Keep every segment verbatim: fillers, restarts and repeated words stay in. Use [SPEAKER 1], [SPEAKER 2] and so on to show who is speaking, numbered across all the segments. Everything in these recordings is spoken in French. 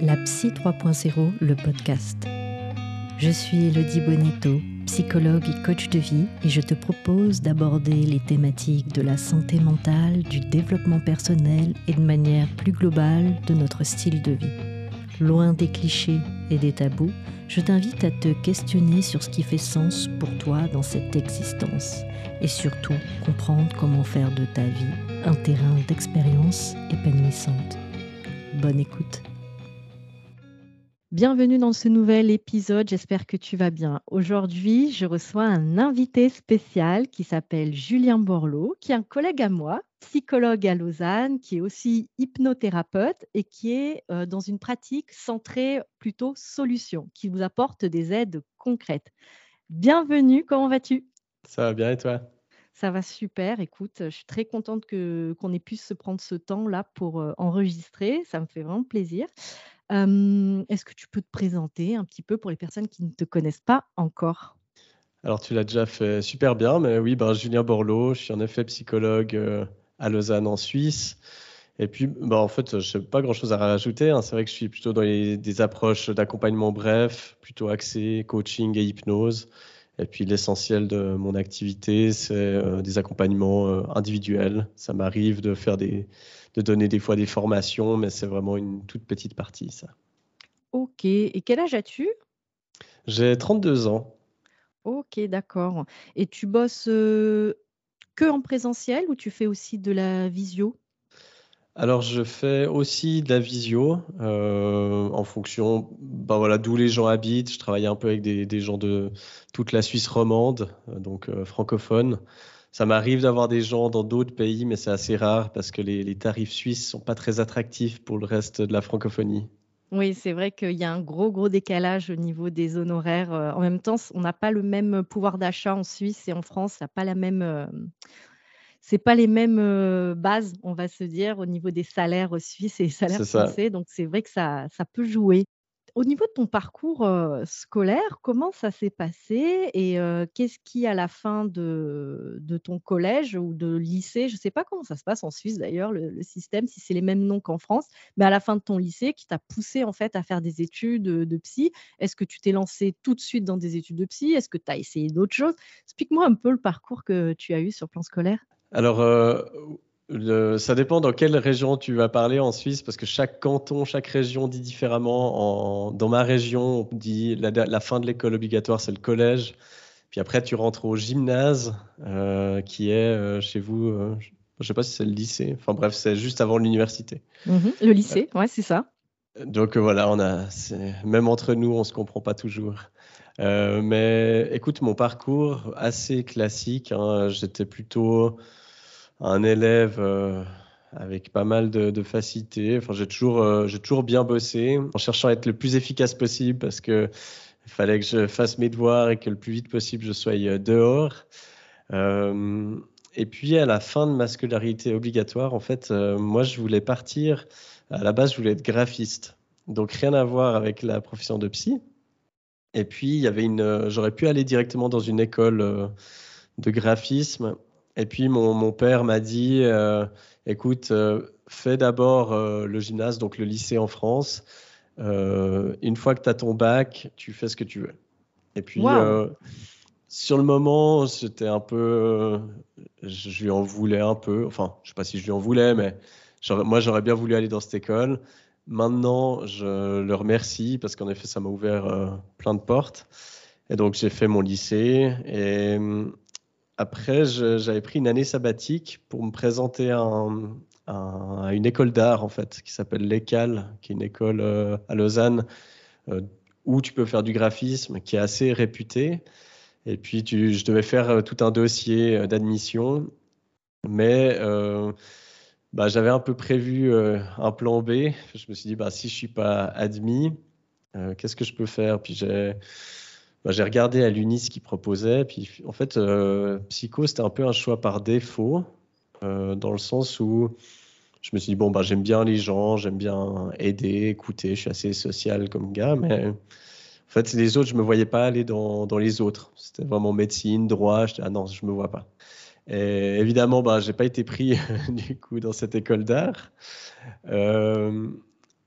[SPEAKER 1] La Psy trois point zéro, le podcast. Je suis Elodie Bonetto, psychologue et coach de vie, et je te propose d'aborder les thématiques de la santé mentale, du développement personnel et de manière plus globale de notre style de vie. Loin des clichés et des tabous, je t'invite à te questionner sur ce qui fait sens pour toi dans cette existence et surtout comprendre comment faire de ta vie un terrain d'expérience épanouissante. Bonne écoute. Bienvenue dans ce nouvel épisode, j'espère que tu vas bien. Aujourd'hui, je reçois un invité spécial qui s'appelle Julien Borloo, qui est un collègue à moi, psychologue à Lausanne, qui est aussi hypnothérapeute et qui est euh, dans une pratique centrée plutôt solution, qui vous apporte des aides concrètes. Bienvenue, comment vas-tu ?
[SPEAKER 2] Ça va bien et toi ?
[SPEAKER 1] Ça va super, écoute, je suis très contente que, qu'on ait pu se prendre ce temps-là pour euh, enregistrer, ça me fait vraiment plaisir. Euh, est-ce que tu peux te présenter un petit peu pour les personnes qui ne te connaissent pas encore ?
[SPEAKER 2] Alors tu l'as déjà fait super bien, mais oui, ben, Julien Borloo, je suis en effet psychologue euh, à Lausanne en Suisse. Et puis, ben, en fait, je n'ai pas grand-chose à rajouter, hein. C'est vrai que je suis plutôt dans les, des approches d'accompagnement bref, plutôt axé coaching et hypnose. Et puis l'essentiel de mon activité, c'est euh, des accompagnements euh, individuels. Ça m'arrive de faire des, de donner des fois des formations, mais c'est vraiment une toute petite partie, ça.
[SPEAKER 1] Ok, et quel âge as-tu ?
[SPEAKER 2] J'ai trente-deux ans.
[SPEAKER 1] Ok, d'accord. Et tu bosses euh, que en présentiel ou tu fais aussi de la visio ?
[SPEAKER 2] Alors, je fais aussi de la visio euh, en fonction ben voilà, d'où les gens habitent. Je travaille un peu avec des, des gens de toute la Suisse romande, euh, donc euh, francophone. Ça m'arrive d'avoir des gens dans d'autres pays, mais c'est assez rare parce que les, les tarifs suisses sont pas très attractifs pour le reste de la francophonie.
[SPEAKER 1] Oui, c'est vrai qu'il y a un gros, gros décalage au niveau des honoraires. Euh, En même temps, on n'a pas le même pouvoir d'achat en Suisse et en France, ça n'a pas la même, euh, c'est pas les mêmes euh, bases, on va se dire, au niveau des salaires suisses et des salaires
[SPEAKER 2] C'est ça.
[SPEAKER 1] français. Donc, c'est vrai que ça, ça peut jouer. Au niveau de ton parcours euh, scolaire, comment ça s'est passé et euh, qu'est-ce qui, à la fin de, de ton collège ou de lycée, je ne sais pas comment ça se passe en Suisse d'ailleurs, le, le système, si c'est les mêmes noms qu'en France, mais à la fin de ton lycée, qui t'a poussé en fait à faire des études de, de psy. Est-ce que tu t'es lancé tout de suite dans des études de psy ? Est-ce que tu as essayé d'autres choses ? Explique-moi un peu le parcours que tu as eu sur le plan scolaire.
[SPEAKER 2] Alors, euh, le- ça dépend dans quelle région tu vas parler en Suisse, parce que chaque canton, chaque région dit différemment. En- dans ma région, on dit la, la fin de l'école obligatoire, c'est le collège. Puis après, tu rentres au gymnase, euh, qui est euh, chez vous, euh, je ne sais pas si c'est le lycée. Enfin bref, c'est juste avant l'université.
[SPEAKER 1] Mhm. Le lycée, ouais, c'est ça.
[SPEAKER 2] Donc euh, voilà, on a, c'est- même entre nous, on ne se comprend pas toujours. Euh, mais écoute, mon parcours assez classique, hein, j'étais plutôt un élève euh, avec pas mal de, de facilité. Enfin, j'ai toujours, euh, j'ai toujours bien bossé en cherchant à être le plus efficace possible parce que il fallait que je fasse mes devoirs et que le plus vite possible je sois euh, dehors. Euh, et puis à la fin de ma scolarité obligatoire, en fait, euh, moi je voulais partir. À la base, je voulais être graphiste, donc rien à voir avec la profession de psy. Et puis il y avait une, euh, j'aurais pu aller directement dans une école euh, de graphisme. Et puis mon, mon père m'a dit, euh, écoute, euh, fais d'abord euh, le gymnase, donc le lycée en France. Euh, une fois que tu as ton bac, tu fais ce que tu veux. Et puis,
[SPEAKER 1] Waouh!
[SPEAKER 2] euh, sur le moment, c'était un peu, euh, je je lui en voulais un peu. Enfin, je sais pas si je lui en voulais, mais j'aurais- moi, j'aurais bien voulu aller dans cette école. Maintenant, je le remercie parce qu'en effet, ça m'a ouvert euh, plein de portes. Et donc, j'ai fait mon lycée. Et hum, après, je- j'avais pris une année sabbatique pour me présenter à, un- à un- à une école d'art, en fait, qui s'appelle l'E C A L, qui est une école euh, à Lausanne, euh, où tu peux faire du graphisme, qui est assez réputée. Et puis, tu, je devais faire euh, tout un dossier euh, d'admission, mais euh, bah, j'avais un peu prévu euh, un plan B. Je me suis dit, bah, si je suis pas admis, euh, qu'est-ce que je peux faire? Puis j'ai bah, j'ai regardé à l'Uni ce qu'ils proposaient. Puis en fait, euh, psycho, c'était un peu un choix par défaut, euh, dans le sens où je me suis dit, bon, bah, j'aime bien les gens, j'aime bien aider, écouter, je suis assez social comme gars, mais en fait, les autres, je me voyais pas aller dans, dans les autres. C'était vraiment médecine, droit. J'étais, ah non, je me vois pas. Et évidemment, bah, j'ai pas été pris du coup dans cette école d'art. Euh,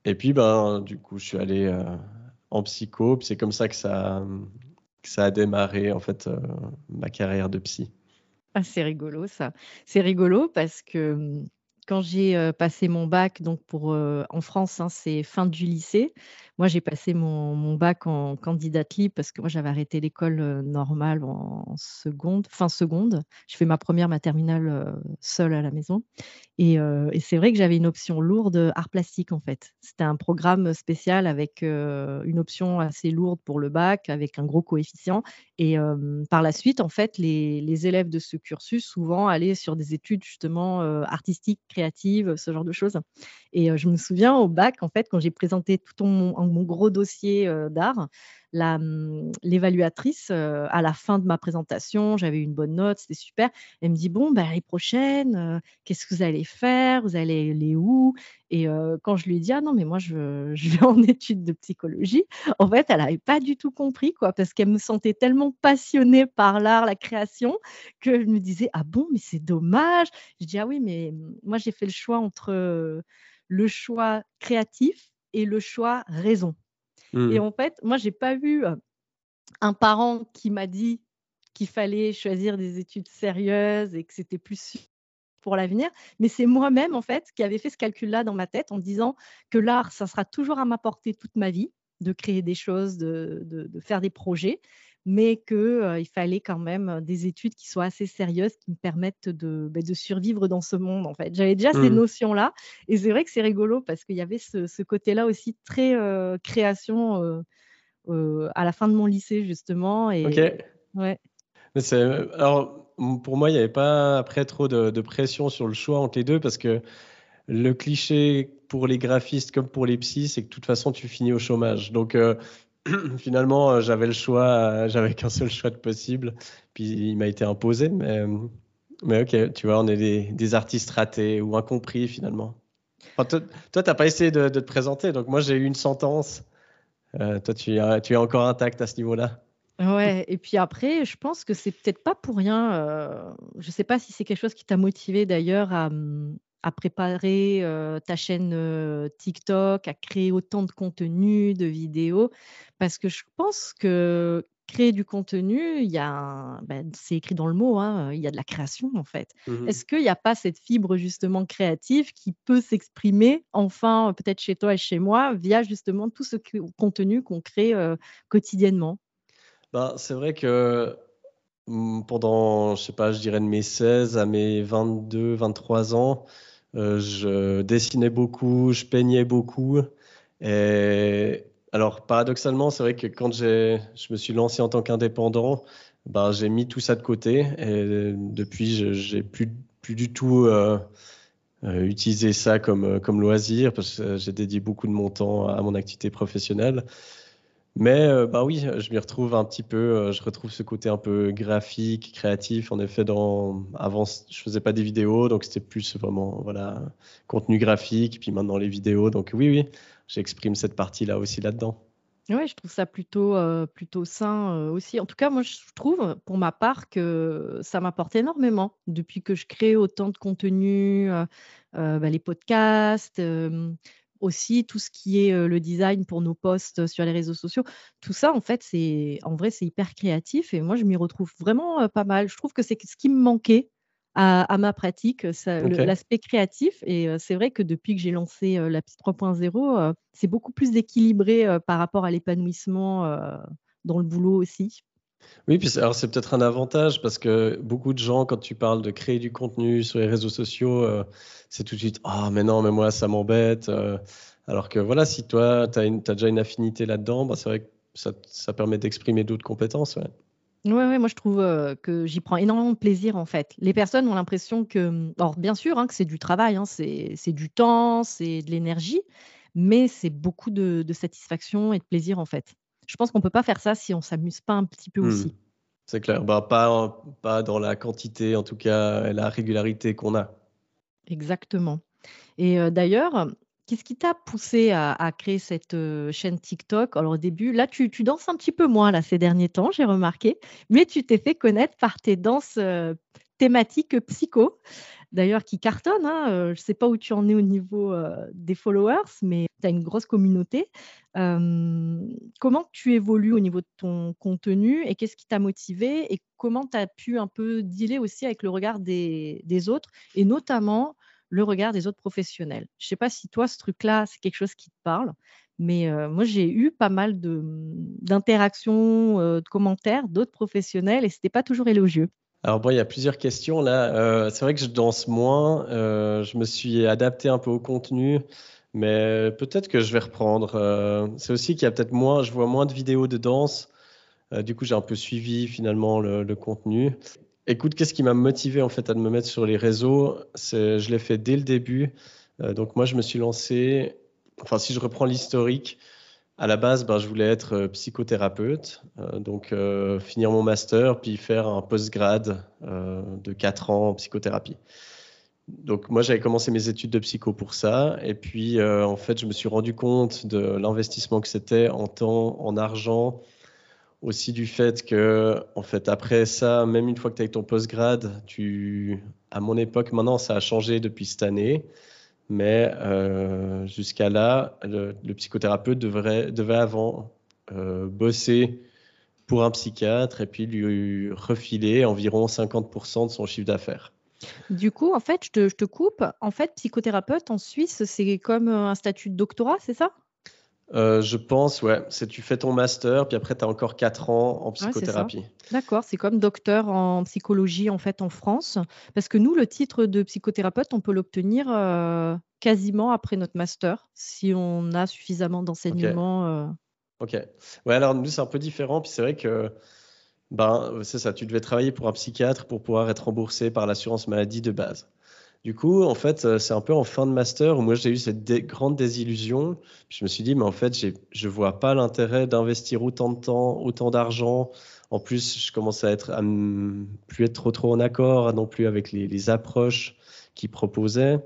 [SPEAKER 2] Et puis, ben, du coup, je suis allé euh, en psycho. Puis c'est comme ça que ça, que ça a démarré, en fait, euh, ma carrière de psy.
[SPEAKER 1] Ah, c'est rigolo ça. C'est rigolo parce que, mmh, quand j'ai, heu, passé mon bac donc pour, heu en France, hein, c'est fin du lycée. Moi, j'ai passé mon mon bac en candidate libre parce que moi, j'avais arrêté l'école, heu, normale en en seconde, fin seconde. J'ai fait ma première ma terminale, heu, seule à la maison et heu et c'est vrai que j'avais une option lourde, arts plastiques, en fait. C'était un programme spécial avec, heu, une option assez lourde pour le bac, avec un gros coefficient et hem, par la suite, en fait, les les élèves de ce cursus, souvent, allaient sur des études justement, heu, artistiques, créatives, ce genre de choses et heu, je me souviens au bac, en fait, quand j'ai présenté tout mon mon gros dossier, heu, d'art, la, mmh, l'évaluatrice, heu, à la fin de ma présentation, j'avais eu une bonne note, c'était super. Elle me dit: «Bon, bah, l'année prochaine, heu, qu'est-ce que vous allez faire? Vous allez aller où?» et heu, quand je lui ai dit: «Ah non, mais moi je je vais en études de psychologie», en fait, elle avait pas du tout compris, quoi, parce qu'elle me sentait tellement passionnée par l'art, la création, que je me disais: «Ah bon, mais c'est dommage». Je dis: «Ah oui, mais mmh, moi j'ai fait le choix entre, heu, le choix créatif et le choix raison» et
[SPEAKER 2] Hmm.
[SPEAKER 1] en fait, moi j'ai pas eu, heu, un parent qui m'a dit qu'il fallait choisir des études sérieuses et que c'était plus sûr pour l'avenir, mais c'est moi-même, en fait, qui avait fait ce calcul-là dans ma tête en me disant que l'art, ça sera toujours à m'apporter toute ma vie, de créer des choses, de de de faire des projets, mais que, heu, il fallait quand même, heu, des études qui soient assez sérieuses, qui me permettent de, beh, de survivre dans ce monde, en fait. J'avais déjà ces
[SPEAKER 2] Hmm.
[SPEAKER 1] notions-là et c'est vrai que c'est rigolo parce qu'il y avait ce ce côté-là aussi très, heu, création, heu heu, à la fin de mon lycée justement
[SPEAKER 2] Ok.
[SPEAKER 1] et ouais.
[SPEAKER 2] Mais c'est, alors, m- pour moi, il n'y avait pas après trop de, de pression sur le choix entre les deux parce que le cliché pour les graphistes comme pour les psys, c'est que de toute façon, tu finis au chômage. Donc, euh, finalement, euh, j'avais le choix, euh, j'avais qu'un seul choix de possible. Puis, il m'a été imposé. Mais, euh, mais ok, tu vois, on est des, des artistes ratés ou incompris finalement. Enfin, toi, toi, t'as pas essayé de, de te présenter. Donc, moi, j'ai eu une sentence. Euh, toi, tu es, tu es encore intact à ce niveau-là.
[SPEAKER 1] Ouais et puis après, je pense que c'est peut-être pas pour rien, heu, je sais pas si c'est quelque chose qui t'a motivé d'ailleurs à, mmh, à préparer, heu, ta chaîne, heu, TikTok, à créer autant de contenu, de vidéos. Parce que je pense que créer du contenu, il y a un ben, c'est écrit dans le mot, hein, il y a de la création, en fait.
[SPEAKER 2] Mhm.
[SPEAKER 1] Est-ce qu'il y a pas cette fibre justement créative qui peut s'exprimer enfin, peut-être chez toi et chez moi, via justement tout ce que contenu qu'on crée, heu, quotidiennement?
[SPEAKER 2] Ben, c'est vrai que Mmh, pendant, je sais pas, je dirais de mes seize à mes vingt-deux, vingt-trois ans, heu, je dessinais beaucoup, je peignais beaucoup et alors paradoxalement, c'est vrai que quand j'ai je me suis lancé en tant qu'indépendant, ben, j'ai mis tout ça de côté et depuis je j'ai plus plus du tout, heu heu, utilisé ça comme, heu, comme loisir parce que j'ai dédié beaucoup de mon temps à mon activité professionnelle. Mais heu, bah, oui, je m'y retrouve un petit peu, heu, je retrouve ce côté un peu graphique, créatif. En effet, dans avant, c je faisais pas des vidéos, donc c'était plus vraiment, voilà, contenu graphique, puis maintenant les vidéos. Donc oui, oui, j'exprime cette partie-là aussi là-dedans.
[SPEAKER 1] Ouais, je trouve ça plutôt, heu, plutôt sain, heu, aussi. En tout cas, moi, je trouve, pour ma part, que ça m'apporte énormément depuis que je crée autant de contenu, heu heu, bah, les podcasts, hem, aussi tout ce qui est, heu, le design pour nos posts sur les réseaux sociaux. Tout ça, en fait, c'est en vrai, c'est hyper créatif et moi, je m'y retrouve vraiment, heu, pas mal. Je trouve que c'est ce qui me manquait à à ma pratique, ça le
[SPEAKER 2] OK.
[SPEAKER 1] l'aspect créatif et heu, c'est vrai que depuis que j'ai lancé, heu, la Psy trois point zéro, heu, c'est beaucoup plus équilibré, heu, par rapport à l'épanouissement, heu, dans le boulot aussi.
[SPEAKER 2] Oui, puis c'est alors c'est peut-être un avantage parce que beaucoup de gens, quand tu parles de créer du contenu sur les réseaux sociaux, heu, c'est tout de suite: «Ah mais non, mais moi ça m'embête», heu, alors que voilà, si toi tu as une tu déjà une affinité là-dedans, bah, c'est vrai que ça ça permet d'exprimer d'autres compétences, ouais.
[SPEAKER 1] Ouais, ouais, moi je trouve, heu, que j'y prends énormément de plaisir, en fait. Les personnes ont l'impression que, mmh, alors bien sûr, hein, que c'est du travail, hein, c'est c'est du temps, c'est de l'énergie, mais c'est beaucoup de de satisfaction et de plaisir, en fait. Je pense qu'on peut pas faire ça si on s'amuse pas un petit peu
[SPEAKER 2] Mmh.
[SPEAKER 1] aussi.
[SPEAKER 2] C'est clair. Bah, pas en pas dans la quantité, en tout cas, et la régularité qu'on a.
[SPEAKER 1] Exactement. Et heu, d'ailleurs, qu'est-ce qui t'a poussé à à créer cette, heu, chaîne TikTok? Alors au début, là, tu tu danses un petit peu moins là ces derniers temps, j'ai remarqué, mais tu t'es fait connaître par tes danses, heu, thématiques psycho. d'ailleurs qui cartonne, hein. Euh, je ne sais pas où tu en es au niveau euh, des followers, mais tu as une grosse communauté. Euh, Comment tu évolues au niveau de ton contenu et qu'est-ce qui t'a motivé et comment tu as pu un peu dealer aussi avec le regard des, des autres et notamment le regard des autres professionnels. Je ne sais pas si toi, ce truc-là, c'est quelque chose qui te parle, mais euh, moi, j'ai eu pas mal de, d'interactions, euh, de commentaires d'autres professionnels et c'était pas toujours élogieux.
[SPEAKER 2] Alors bon, il y a plusieurs questions là. Euh, c'est vrai que je danse moins. Euh, je me suis adapté un peu au contenu, mais peut-être que je vais reprendre. Euh, c'est aussi qu'il y a peut-être moins, je vois moins de vidéos de danse. Euh, du coup, j'ai un peu suivi finalement le, le contenu. Écoute, qu'est-ce qui m'a motivé en fait à me mettre sur les réseaux? C'est, je l'ai fait dès le début. Euh, donc moi, je me suis lancé. Enfin, si je reprends l'historique. À la base, ben, je voulais être euh, psychothérapeute, euh, donc euh, finir mon master, puis faire un post-grad euh, de quatre ans en psychothérapie. Donc moi, j'avais commencé mes études de psycho pour ça, et puis euh, en fait, je me suis rendu compte de l'investissement que c'était en temps, en argent, aussi du fait que, en fait, après ça, même une fois que tu as eu ton post-grad, tu, à mon époque, maintenant, ça a changé depuis cette année. Mais euh, jusqu'à là, le, le psychothérapeute devrait, devait avant euh, bosser pour un psychiatre et puis lui refiler environ cinquante pour cent de son chiffre d'affaires.
[SPEAKER 1] Du coup, en fait, je te, je te coupe. En fait, psychothérapeute en Suisse, c'est comme euh, un statut de doctorat, c'est ça?
[SPEAKER 2] Euh, je pense, ouais, c'est tu fais ton master, puis après tu as encore quatre ans en
[SPEAKER 1] Ouais, c'est ça.
[SPEAKER 2] psychothérapie.
[SPEAKER 1] D'accord, c'est comme docteur en psychologie en fait en France, parce que nous, le titre de psychothérapeute, on peut l'obtenir euh, quasiment après notre master, si on a suffisamment
[SPEAKER 2] Ok,
[SPEAKER 1] d'enseignements. euh.
[SPEAKER 2] ok. Ouais, alors nous c'est un peu différent, puis c'est vrai que ben, c'est ça, tu devais travailler pour un psychiatre pour pouvoir être remboursé par l'assurance maladie de base. Du coup, en fait, euh, c'est un peu en fin de master où moi j'ai eu cette dé- grande désillusion. Puis je me suis dit, mais en fait, j'ai, je vois pas l'intérêt d'investir autant de temps, autant d'argent. En plus, je commence à être à m- plus être trop trop en accord non plus avec les, les approches qu'ils proposaient.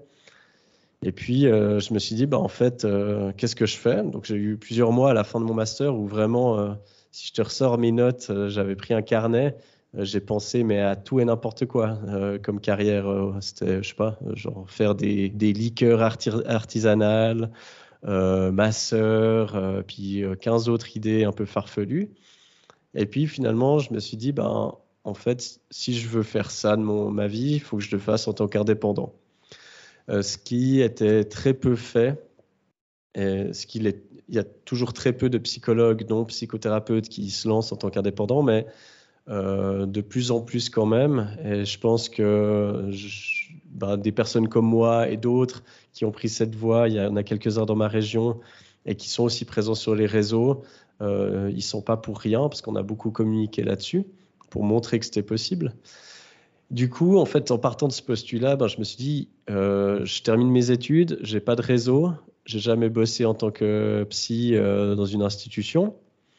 [SPEAKER 2] Et puis, euh, je me suis dit, bah, en fait, euh, qu'est-ce que je fais? Donc, j'ai eu plusieurs mois à la fin de mon master où vraiment, euh, si je te ressors mes notes, euh, j'avais pris un carnet, euh, j'ai pensé, mais à tout et n'importe quoi euh, comme carrière. Euh, c'était, je sais pas, euh, genre faire des, des liqueurs arti- artisanales, euh, masseur, euh, puis euh, quinze autres idées un peu farfelues. Et puis, finalement, je me suis dit, ben, en fait, si je veux faire ça de mon, ma vie, il faut que je le fasse en tant qu'indépendant. Euh, ce qui était très peu fait. Et ce qu'il est, il y a toujours très peu de psychologues, non psychothérapeutes qui se lancent en tant qu'indépendants, mais euh, de plus en plus quand même. Et je pense que je- ben, des personnes comme moi et d'autres qui ont pris cette voie, il y en a quelques-uns dans ma région et qui sont aussi présents sur les réseaux, euh, ils ne sont pas pour rien parce qu'on a beaucoup communiqué là-dessus pour montrer que c'était possible. Du coup, en fait, en partant de ce postulat, ben, je me suis dit, euh, je termine mes études, j'ai pas de réseau, j'ai jamais bossé en tant que psy euh, dans une institution.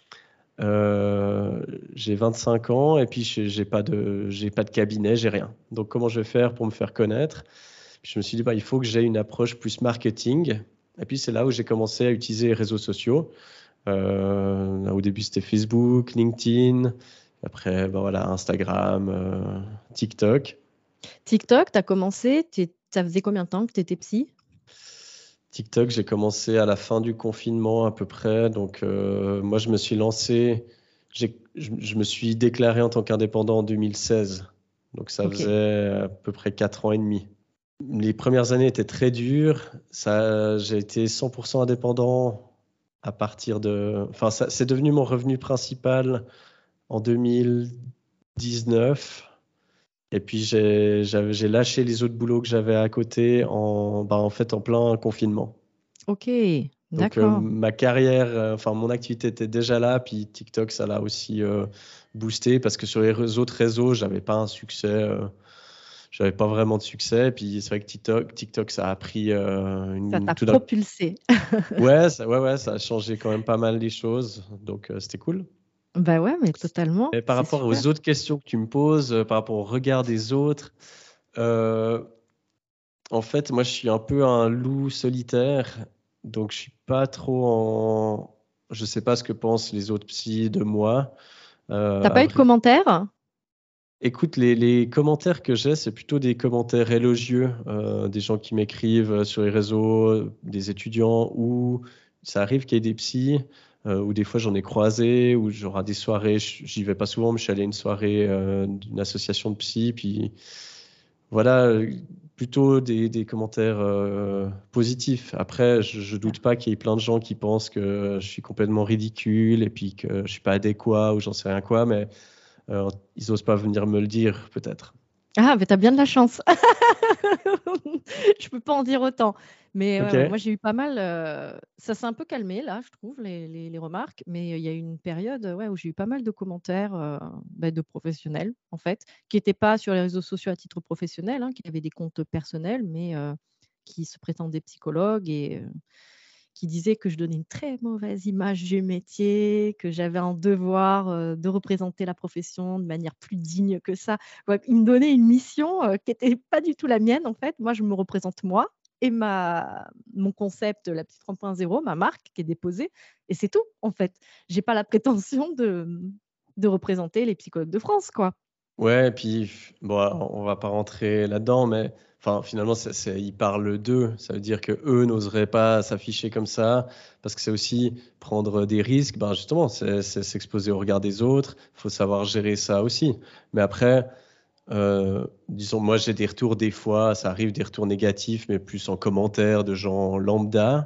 [SPEAKER 2] Euh, j'ai vingt-cinq ans et puis j'ai j'ai pas de, j'ai pas de cabinet, j'ai rien. Donc, comment je vais faire pour me faire connaître? Puis je me suis dit, bah, il faut que j'ai une approche plus marketing. Et puis, c'est là où j'ai commencé à utiliser les réseaux sociaux. Euh, au début, c'était Facebook, LinkedIn. Après, ben voilà, Instagram, euh, TikTok.
[SPEAKER 1] TikTok, tu as commencé, t'es- ça faisait combien de temps que tu étais psy?
[SPEAKER 2] TikTok, j'ai commencé à la fin du confinement à peu près. Donc, euh, moi, je me suis lancé, j'ai- je, je me suis déclaré en tant qu'indépendant en deux mille seize. Donc, ça
[SPEAKER 1] Ok.
[SPEAKER 2] faisait à peu près quatre ans et demi. Les premières années étaient très dures. Ça, j'ai été cent pour cent indépendant à partir de... Enfin, ça, c'est devenu mon revenu principal en deux mille dix-neuf. Et puis, j'ai, j'avais- j'ai lâché les autres boulots que j'avais à côté en, bah, en fait, en plein confinement.
[SPEAKER 1] Ok,
[SPEAKER 2] Donc, euh,
[SPEAKER 1] d'accord.
[SPEAKER 2] ma carrière, euh, enfin, mon activité était déjà là, puis TikTok, ça l'a aussi euh, boosté parce que sur les re- autres réseaux, j'avais pas un succès, euh, j'avais pas vraiment de succès. Puis c'est vrai que TikTok, TikTok, ça a pris euh,
[SPEAKER 1] Ça
[SPEAKER 2] une
[SPEAKER 1] t'a
[SPEAKER 2] tout d'un-
[SPEAKER 1] propulsé.
[SPEAKER 2] Ouais, ça, ouais, ouais, ça a changé quand même pas mal les choses. Donc, euh, c'était cool.
[SPEAKER 1] Bah ouais, mais totalement,
[SPEAKER 2] Et par
[SPEAKER 1] c'est
[SPEAKER 2] rapport
[SPEAKER 1] super.
[SPEAKER 2] aux autres questions que tu me poses, euh, par rapport au regard des autres, euh, en fait, moi, je suis un peu un loup solitaire, donc je suis pas trop en... Je sais pas ce que pensent les autres psys de moi. Euh,
[SPEAKER 1] T'as
[SPEAKER 2] à
[SPEAKER 1] pas eu de
[SPEAKER 2] vrai-
[SPEAKER 1] commentaires?
[SPEAKER 2] Écoute, les, les commentaires que j'ai, c'est plutôt des commentaires élogieux, euh, des gens qui m'écrivent sur les réseaux, euh, des étudiants, ou ça arrive qu'il y ait des psys, euh, ou des fois j'en ai croisé, ou j'aurai des soirées, j- j'y vais pas souvent, mais je suis allé à une soirée euh, d'une association de psy, puis voilà, euh, plutôt des, des commentaires euh, positifs. Après, je, je doute pas qu'il y ait plein de gens qui pensent que je suis complètement ridicule et puis que je suis pas adéquat ou j'en sais rien quoi, mais euh, ils osent pas venir me le dire, peut-être.
[SPEAKER 3] Ah, mais t'as bien de la chance. Je peux pas en dire autant. Mais ouais,
[SPEAKER 2] Ok.
[SPEAKER 3] ouais, moi j'ai eu pas mal. euh, Ça s'est un peu calmé là, je trouve, les, les- les remarques. Mais il y a eu une période, ouais, où j'ai eu pas mal de commentaires, euh, bah, de professionnels, en fait, qui n'étaient pas sur les réseaux sociaux à titre professionnel, hein, qui avaient des comptes personnels, mais euh, qui se prétendaient psychologues et euh, qui disaient que je donnais une très mauvaise image du métier, que j'avais un devoir euh, de représenter la profession de manière plus digne que ça. Ouais, ils me donnaient une mission euh, qui n'était pas du tout la mienne, en fait. Moi, je me représente moi et ma, mon concept, la petite trois point zéro, ma marque qui est déposée, et c'est tout, en fait. J'ai pas la prétention de, de représenter les psychologues de France, quoi.
[SPEAKER 2] Ouais, et puis, f- bon, on va pas rentrer là-dedans, mais enfin, finalement, c'est, c'est- ils parlent d'eux. Ça veut dire que eux n'oseraient pas s'afficher comme ça, parce que c'est aussi prendre des risques. Ben, justement, c'est c'est s'exposer au regard des autres. Il faut savoir gérer ça aussi. Mais après, euh, disons, moi, j'ai des retours des fois, ça arrive des retours négatifs, mais plus en commentaire de gens lambda.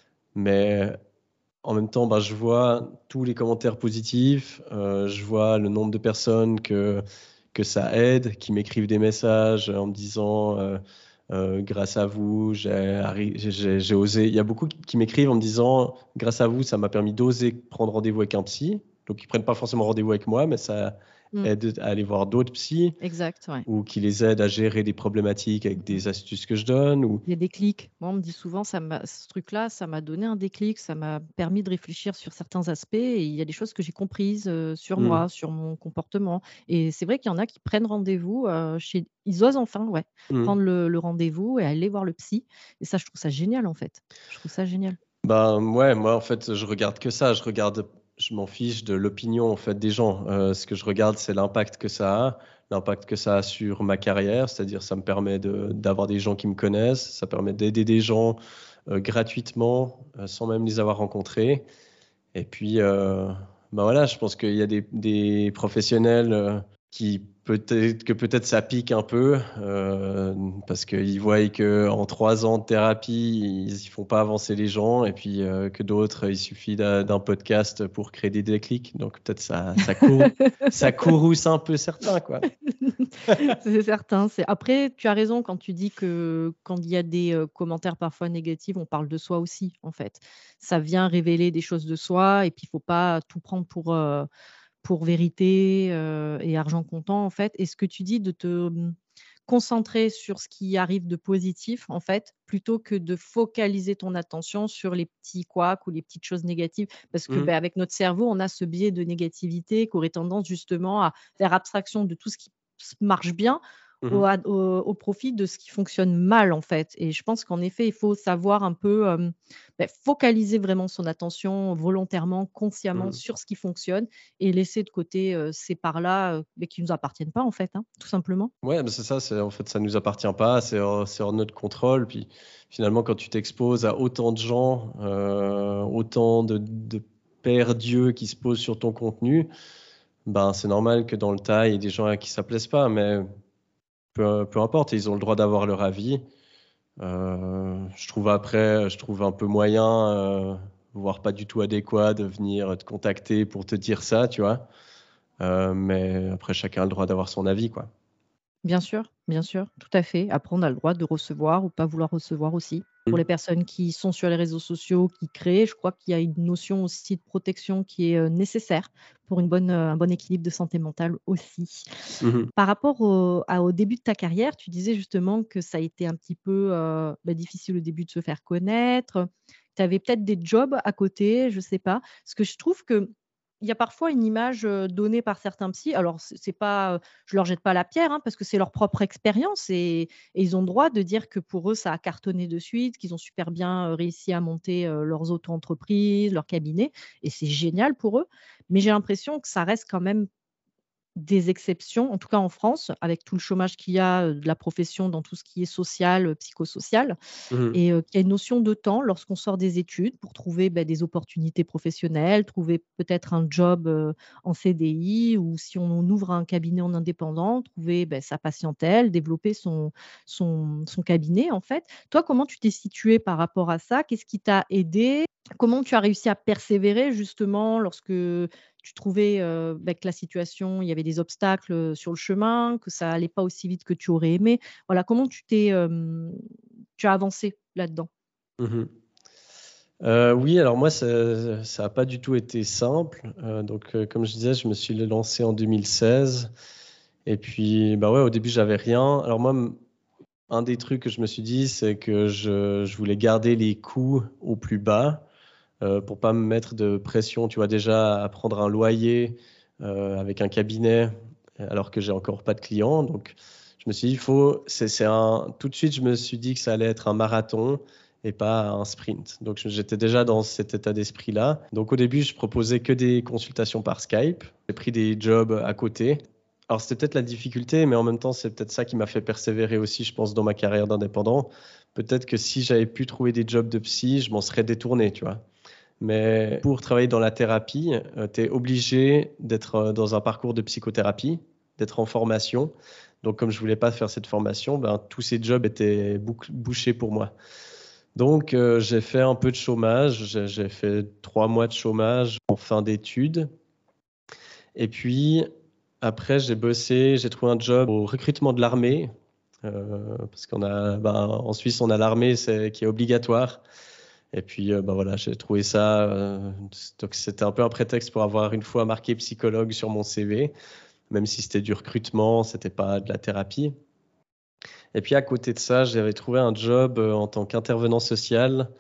[SPEAKER 2] Mais en même temps, ben, je vois tous les commentaires positifs, euh, je vois le nombre de personnes que, que ça aide, qui m'écrivent des messages en me disant euh, euh, grâce à vous, j'ai arri- j'ai- j'ai osé. Il y a beaucoup qui qui m'écrivent en me disant grâce à vous, ça m'a permis d'oser prendre rendez-vous avec un psy. Donc, ils prennent pas forcément rendez-vous avec moi, mais ça
[SPEAKER 3] Mm,
[SPEAKER 2] aide à aller voir d'autres psys
[SPEAKER 3] exact, ouais.
[SPEAKER 2] ou qui les aident à gérer des problématiques avec des astuces que je donne. Ou...
[SPEAKER 3] Des déclics. Moi, on me dit souvent, ça m'a, ce truc-là, ça m'a donné un déclic, ça m'a permis de réfléchir sur certains aspects et il y a des choses que j'ai comprises euh, sur
[SPEAKER 2] Hmm,
[SPEAKER 3] moi, sur mon comportement. Et c'est vrai qu'il y en a qui prennent rendez-vous euh, chez. Ils osent enfin, ouais,
[SPEAKER 2] hmm.
[SPEAKER 3] prendre le, le rendez-vous et aller voir le psy. Et ça, je trouve ça génial, en fait. Je trouve ça génial.
[SPEAKER 2] Ben ouais, moi en fait, je regarde que ça. Je regarde, je m'en fiche de l'opinion en fait des gens. Euh, ce que je regarde, c'est l'impact que ça a, l'impact que ça a sur ma carrière. C'est-à-dire, ça me permet de d'avoir des gens qui me connaissent, ça permet d'aider des gens euh, gratuitement, euh, sans même les avoir rencontrés. Et puis, euh, ben voilà, je pense qu'il y a des, des professionnels euh, qui peut-être que peut-être ça pique un peu euh, parce qu'ils voient que en trois ans de thérapie, ils ne font pas avancer les gens et puis euh, que d'autres, il suffit d'un d'un podcast pour créer des déclics. Donc peut-être ça, ça court, ça courrouce un peu certains, quoi.
[SPEAKER 3] C'est certain. C'est... Après, tu as raison quand tu dis que quand il y a des euh, commentaires parfois négatifs, on parle de soi aussi, en fait. Ça vient révéler des choses de soi et puis il faut pas tout prendre pour, euh, pour vérité euh, et argent comptant, en fait. Et ce que tu dis de te hum, concentrer sur ce qui arrive de positif, en fait, plutôt que de focaliser ton attention sur les petits couacs ou les petites choses négatives. Parce que
[SPEAKER 2] Mhm,
[SPEAKER 3] ben, avec notre cerveau, on a ce biais de négativité qui aurait tendance justement à faire abstraction de tout ce qui s- marche bien au,
[SPEAKER 2] mhm,
[SPEAKER 3] à- au- au profit de ce qui fonctionne mal, en fait. Et je pense qu'en effet, il faut savoir un peu euh, ben, focaliser vraiment son attention volontairement, consciemment
[SPEAKER 2] mhm.
[SPEAKER 3] sur ce qui fonctionne et laisser de côté euh, ces parts-là euh, mais qui ne nous appartiennent pas, en fait, hein, tout simplement.
[SPEAKER 2] Ouais, bah c'est ça, c'est en fait ça nous appartient pas, c'est hors, c'est hors notre contrôle. Puis finalement, quand tu t'exposes à autant de gens, euh, autant de, de pères dieux qui se posent sur ton contenu, ben c'est normal que dans le tas, il y ait des gens à qui ça plaise pas, mais peu, peu importe, ils ont le droit d'avoir leur avis. Euh, je trouve après, je trouve un peu moyen, euh, voire pas du tout adéquat de venir te contacter pour te dire ça, tu vois. Euh, mais après, chacun a le droit d'avoir son avis, quoi.
[SPEAKER 3] Bien sûr, bien sûr, tout à fait. Après, on a le droit de recevoir ou pas vouloir recevoir aussi. Pour les
[SPEAKER 2] Mm.
[SPEAKER 3] personnes qui sont sur les réseaux sociaux, qui créent, je crois qu'il y a une notion aussi de protection qui est euh, nécessaire pour une bonne, euh, un bon équilibre de santé mentale aussi.
[SPEAKER 2] Mhm.
[SPEAKER 3] Par rapport au, à- au début de ta carrière, tu disais justement que ça a été un petit peu euh, bah, difficile au début de se faire connaître. Tu avais peut-être des jobs à côté, je ne sais pas. Parce que je trouve que il y a parfois une image euh, donnée par certains psys. Alors, c'est c'est pas, euh, je leur jette pas la pierre hein, parce que c'est leur propre expérience et, et ils ont le droit de dire que pour eux, ça a cartonné de suite, qu'ils ont super bien euh, réussi à monter euh, leurs auto-entreprises, leur cabinet. Et c'est génial pour eux. Mais j'ai l'impression que ça reste quand même des exceptions, en tout cas en France, avec tout le chômage qu'il y a, heu, de la profession dans tout ce qui est social, heu, psychosocial
[SPEAKER 2] Mmh.
[SPEAKER 3] et heu, qu'il y a une notion de temps lorsqu'on sort des études pour trouver, bah, des opportunités professionnelles, trouver peut-être un job, heu, en C D I ou si on ouvre un cabinet en indépendant, trouver, bah, sa patientèle, développer son son son cabinet, en fait. Toi, comment tu t'es situé par rapport à ça? Qu'est-ce qui t'a aidé? Comment tu as réussi à persévérer justement lorsque tu trouvais, heu, bah, que la situation il y avait des obstacles, heu, sur le chemin, que ça allait pas aussi vite que tu aurais aimé? Voilà, comment tu t'es, hem, tu as avancé là-dedans?
[SPEAKER 2] Mmh. Heu, oui, alors moi, ça ça a pas du tout été simple. Heu, donc, heu, comme je disais, je me suis lancé en deux mille seize et puis, bah, ouais, au début, j'avais rien. Alors moi, mmh, un des trucs que je me suis dit, c'est que je je voulais garder les coûts au plus bas, heu, pour pas me mettre de pression, tu vois? Déjà à prendre un loyer, heu, avec un cabinet, alors que j'ai encore pas de clients. Donc je me suis dit: «Il faut» c'est c'est un tout de suite, je me suis dit que ça allait être un marathon et pas un sprint. Donc j'étais déjà dans cet état d'esprit-là. Donc au début, je proposais que des consultations par Skype. J'ai pris des jobs à côté. Alors c'était peut-être la difficulté, mais en même temps, c'est peut-être ça qui m'a fait persévérer aussi, je pense, dans ma carrière d'indépendant. Peut-être que si j'avais pu trouver des jobs de psy, je m'en serais détourné, tu vois? Mais pour travailler dans la thérapie, heu, tu es obligé d'être, heu, dans un parcours de psychothérapie, d'être en formation. Donc comme je voulais pas faire cette formation, ben, tous ces jobs étaient bouc bouchés pour moi. Donc heu, j'ai fait un peu de chômage, j'ai j'ai fait trois mois de chômage en fin d'études et puis après j'ai bossé, j'ai trouvé un job au recrutement de l'armée, heu, parce qu'on a ben, en Suisse, on a l'armée, c'est qui est obligatoire. Et puis, heu, bah, voilà, j'ai trouvé ça, heu, donc c'était un peu un prétexte pour avoir une fois marqué psychologue sur mon C V, même si c'était du recrutement, c'était pas de la thérapie. Et puis à côté de ça, j'avais trouvé un job, heu, en tant qu'intervenant social,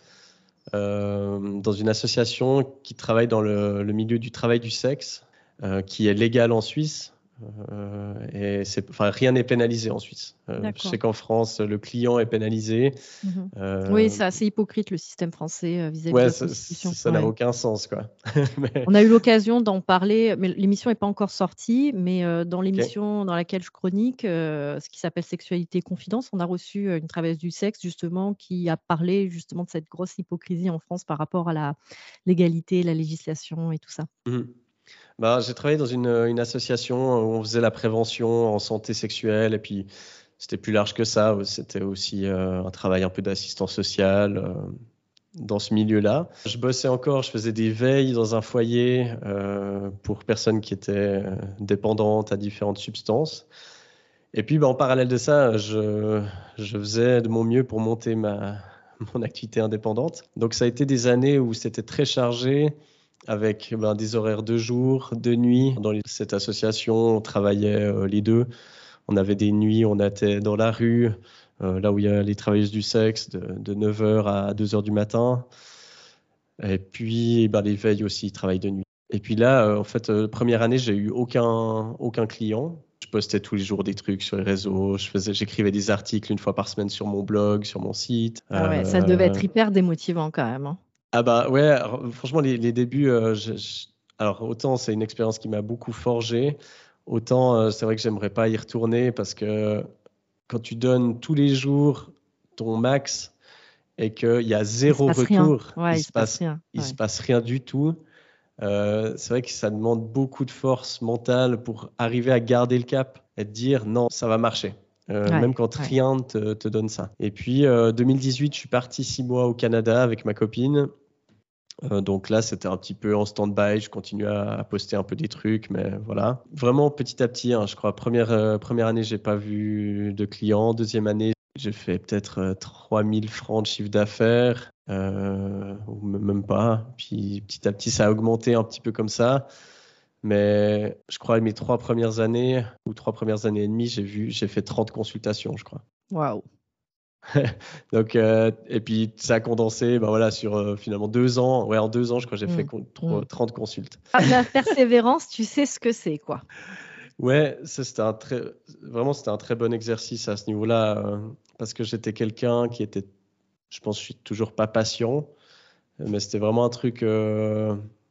[SPEAKER 2] hem, dans une association qui travaille dans le le milieu du travail du sexe, heu, qui est légal en Suisse, heu et c'est enfin rien n'est pénalisé en Suisse. Heu, je sais
[SPEAKER 3] D'accord.
[SPEAKER 2] qu'en France, le client est pénalisé,
[SPEAKER 3] Mmh. Oui,
[SPEAKER 2] heu
[SPEAKER 3] c'est assez hypocrite le système français, heu, vis-à-vis de
[SPEAKER 2] ouais,
[SPEAKER 3] la
[SPEAKER 2] ça
[SPEAKER 3] prostitution.
[SPEAKER 2] ça n'a
[SPEAKER 3] Ouais.
[SPEAKER 2] aucun sens, quoi. Mais
[SPEAKER 3] On a eu l'occasion d'en parler, mais l'émission n'est pas encore sortie, mais heu, dans
[SPEAKER 2] OK.
[SPEAKER 3] l'émission dans laquelle je chronique, heu, ce qui s'appelle Sexualité Confidence, on a reçu, heu, une travailleuse du sexe justement qui a parlé justement de cette grosse hypocrisie en France par rapport à la légalité, la législation et tout ça.
[SPEAKER 2] Mmh. Bah, j'ai travaillé dans une, une association où on faisait la prévention en santé sexuelle et puis c'était plus large que ça, c'était aussi, heu, un travail un peu d'assistant social, heu, dans ce milieu-là. Je bossais encore, je faisais des veilles dans un foyer, heu, pour personnes qui étaient, heu, dépendantes à différentes substances et puis, bah, en parallèle de ça, je je faisais de mon mieux pour monter ma mon activité indépendante. Donc ça a été des années où c'était très chargé avec, ben, des horaires de jour, de nuit. Dans les cette association, on travaillait, heu, les deux. On avait des nuits, on était dans la rue, heu, là où il y a les travailleuses du sexe de de neuf heures à deux heures du matin et puis, ben, les veilles aussi, travail de nuit et puis là, heu, en fait, heu, première année, j'ai eu aucun aucun client. Je postais tous les jours des trucs sur les réseaux, je faisais j'écrivais des articles une fois par semaine sur mon blog, sur mon site,
[SPEAKER 3] Ah ouais, ça devait être
[SPEAKER 2] heu
[SPEAKER 3] hyper démotivant quand même, hein?
[SPEAKER 2] ah bah, ouais, alors franchement les les débuts, heu, je je alors autant c'est une expérience qui m'a beaucoup forgé, autant, heu, c'est vrai que j'aimerais pas y retourner parce que quand tu donnes tous les jours ton max et qu'il y a
[SPEAKER 3] Il se
[SPEAKER 2] zéro
[SPEAKER 3] passe rien.
[SPEAKER 2] retour, il
[SPEAKER 3] Ouais, il
[SPEAKER 2] se
[SPEAKER 3] se passe
[SPEAKER 2] passe
[SPEAKER 3] rien.
[SPEAKER 2] il se
[SPEAKER 3] Ouais.
[SPEAKER 2] passe rien du tout, heu, c'est vrai que ça demande beaucoup de force mentale pour arriver à garder le cap et te dire: «Non, ça va marcher», heu, même
[SPEAKER 3] Ouais,
[SPEAKER 2] quand
[SPEAKER 3] ouais.
[SPEAKER 2] rien ne te te donne ça et puis, heu, deux mille dix-huit, je suis parti six mois au Canada avec ma copine. Heu, donc là, c'était un petit peu en stand-by. Je continuais à à poster un peu des trucs, mais voilà. Vraiment petit à petit, hein, je crois. Première re première année, j'ai pas vu de clients. Deuxième année, j'ai fait peut-être, heu, trois mille francs de chiffre d'affaires, heu, ou m même pas. Puis petit à petit, ça a augmenté un petit peu comme ça. Mais je crois mes trois premières années ou trois premières années et demie, j'ai vu j'ai fait trente consultations, je crois.
[SPEAKER 3] Waouh!
[SPEAKER 2] Donc, heu et puis ça a condensé, bah, voilà, sur, heu, finalement deux ans. Ouais, en deux ans, je crois, j'ai fait
[SPEAKER 3] Mmh.
[SPEAKER 2] con tro
[SPEAKER 3] Mmh.
[SPEAKER 2] trente consultes.
[SPEAKER 3] Ah, la persévérance, tu sais ce que c'est, quoi.
[SPEAKER 2] Ouais, ça, c'était un très vraiment, c'était un très bon exercice à ce niveau-là, heu, parce que j'étais quelqu'un qui était je pense, je suis toujours pas patient, mais c'était vraiment un truc, heu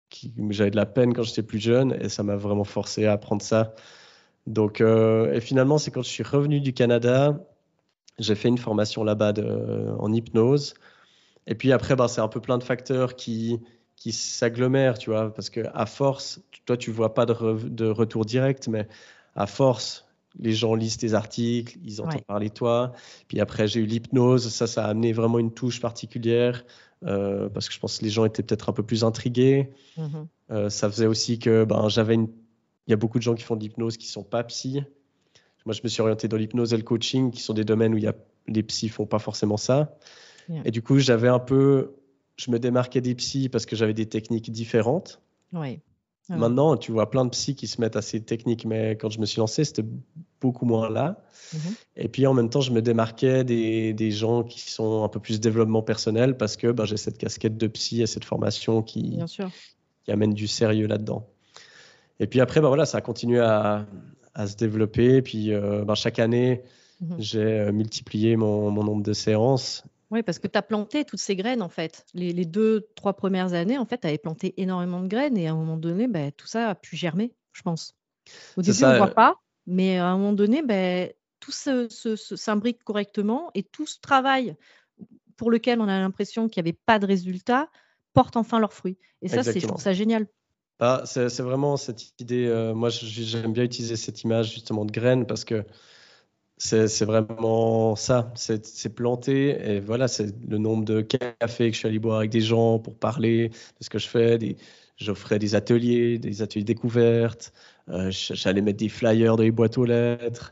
[SPEAKER 2] qui, j'avais de la peine quand j'étais plus jeune et ça m'a vraiment forcé à apprendre ça. Donc, euh, et finalement, c'est quand je suis revenu du Canada, j'ai fait une formation là-bas de, en hypnose. Et puis après, ben, c'est un peu plein de facteurs qui, qui s'agglomèrent, tu vois, parce qu'à force, toi, tu vois pas de, re- de retour direct, mais à force, les gens lisent tes articles, ils entendent
[SPEAKER 3] Ouais.
[SPEAKER 2] parler de toi. Puis après, j'ai eu l'hypnose, ça, ça a amené vraiment une touche particulière, euh, parce que je pense que les gens étaient peut-être un peu plus intrigués.
[SPEAKER 3] Mhm.
[SPEAKER 2] Euh, ça faisait aussi que ben, j'avais une... Il y a beaucoup de gens qui font de l'hypnose qui sont pas psy. Moi, je me suis orienté dans l'hypnose et le coaching, qui sont des domaines où il y a... les psys font pas forcément ça.
[SPEAKER 3] Yeah.
[SPEAKER 2] Et du coup, j'avais un peu, je me démarquais des psys parce que j'avais des techniques différentes.
[SPEAKER 3] Ouais. Ah ouais.
[SPEAKER 2] Maintenant, tu vois plein de psys qui se mettent à ces techniques, mais quand je me suis lancé, c'était beaucoup moins là.
[SPEAKER 3] Mhm.
[SPEAKER 2] Et puis en même temps, je me démarquais des, des gens qui sont un peu plus développement personnel parce que ben, j'ai cette casquette de psy et cette formation qui,
[SPEAKER 3] Bien sûr.
[SPEAKER 2] qui amène du sérieux là-dedans. Et puis après, ben, voilà, ça a continué à, à se développer. Puis euh, ben, chaque année,
[SPEAKER 3] Mhm.
[SPEAKER 2] j'ai euh, multiplié mon, mon nombre de séances.
[SPEAKER 3] Oui, parce que tu as planté toutes ces graines, en fait. Les, les deux, trois premières années, en fait, tu avais planté énormément de graines et à un moment donné, ben, tout ça a pu germer, je pense. Au
[SPEAKER 2] C'est
[SPEAKER 3] début, on
[SPEAKER 2] ça.
[SPEAKER 3] ne voit
[SPEAKER 2] euh,
[SPEAKER 3] pas, mais à un moment donné, ben, tout se, se- se- s'imbrique correctement et tout ce travail pour lequel on a l'impression qu'il n'y avait pas de résultat porte enfin leurs fruits. Et ça, c'est, je trouve
[SPEAKER 2] Exactement.
[SPEAKER 3] ça génial.
[SPEAKER 2] Ah, c'est, c'est vraiment cette idée. Euh, moi, je- j'aime bien utiliser cette image justement de graine parce que c'est, c'est vraiment ça. C'est, c'est planter et voilà, c'est le nombre de cafés que je suis allé boire avec des gens pour parler de ce que je fais. Des, j'offrais des ateliers, des ateliers découvertes. Euh, j- j'allais mettre des flyers dans les boîtes aux lettres.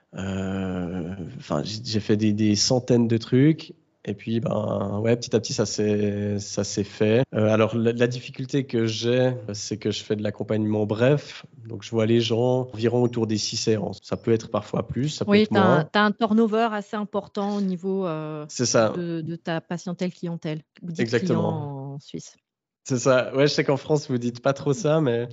[SPEAKER 2] Euh, Enfin, j'ai j'ai fait des, des centaines de trucs. Et puis, ben, ouais, petit à petit, ça s'est, ça s'est fait. Euh, alors, la, la difficulté que j'ai, c'est que je fais de l'accompagnement bref. Donc, je vois les gens environ autour des six séances. Ça peut être parfois plus, ça peut
[SPEAKER 3] Oui,
[SPEAKER 2] être
[SPEAKER 3] tu as,
[SPEAKER 2] moins.
[SPEAKER 3] un turnover assez important au niveau euh,
[SPEAKER 2] C'est ça,
[SPEAKER 3] de, de ta patientèle clientèle. Vous dites client
[SPEAKER 2] exactement.
[SPEAKER 3] en Suisse.
[SPEAKER 2] C'est ça. Ouais, je sais qu'en France, vous dites pas trop ça, mais